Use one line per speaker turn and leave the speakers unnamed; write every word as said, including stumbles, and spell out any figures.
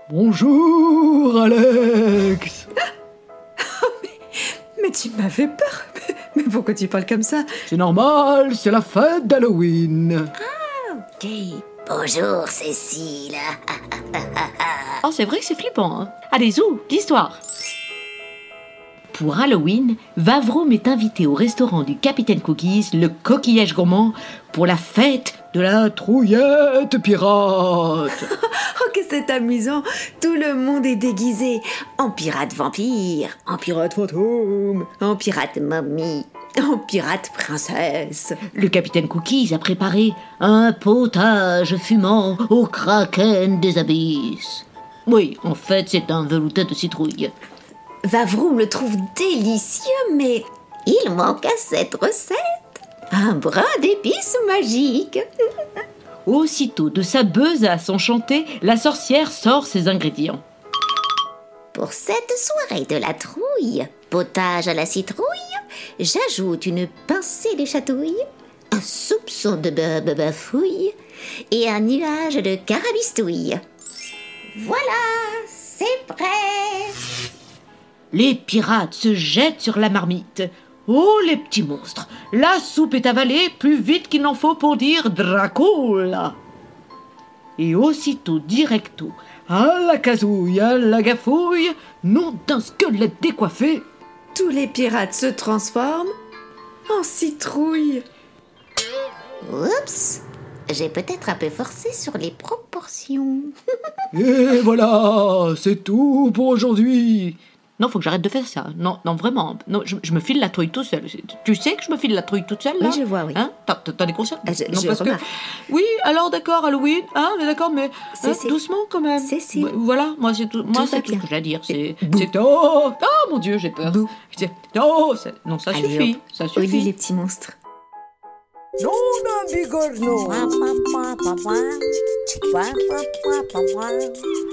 Bonjour, Alex.
mais, mais tu m'as fait peur. Mais, mais pourquoi tu parles comme ça?
C'est normal, c'est la fête d'Halloween.
Ah, ok. Bonjour, Cécile.
Oh, c'est vrai que c'est flippant, hein. Allez, zou, l'histoire. Pour Halloween, Vavroum est invité au restaurant du Capitaine Cookies, le coquillage gourmand, pour la fête
De la trouillette pirate.
Oh, que c'est amusant. Tout le monde est déguisé en pirate vampire, en pirate fantôme, en pirate momie, en pirate princesse.
Le Capitaine Cookies a préparé un potage fumant au kraken des abysses. Oui, en fait, c'est un velouté de citrouille.
Vavroum le trouve délicieux, mais
Il manque à cette recette
un brin d'épices magique.
Aussitôt de sa besace enchantée, la sorcière sort ses ingrédients.
Pour cette soirée de la trouille, potage à la citrouille, j'ajoute une pincée de chatouille, un soupçon de beurre bafouille et un nuage de carabistouille. Voilà, c'est prêt.
Les pirates se jettent sur la marmite. Oh, les petits monstres! La soupe est avalée plus vite qu'il n'en faut pour dire Dracula. Et aussitôt, directo,
À la casouille, à la gafouille, nom d'un squelette décoiffé.
Tous les pirates se transforment en citrouille.
Oups, j'ai peut-être un peu forcé sur les proportions.
Et voilà, c'est tout pour aujourd'hui.
non, faut que j'arrête de faire ça. Non, non, vraiment. Non, je, je me file la trouille toute seule. Tu sais que je me file la trouille toute seule, là?
Oui, je vois, oui.
Hein? T'en, t'en es consciente?
Ah, je-
non,
je
parce
remarque.
que... Oui, alors d'accord, Halloween, hein, on est d'accord, mais hein,
Cécile.
doucement quand même.
Cécile.
Ouais, Voilà, moi c'est tout, moi,
Tout
c'est
va
tout ce
bien.
que j'ai à dire. C'est...
Bouh.
c'est... Oh, oh, mon Dieu, j'ai peur.
Bouh.
C'est- Oh, c'est- non, ça
Allez,
suffit.
hop.
Ça
Au lit,
suffit.
les petits monstres.
Non, non, bigorneau.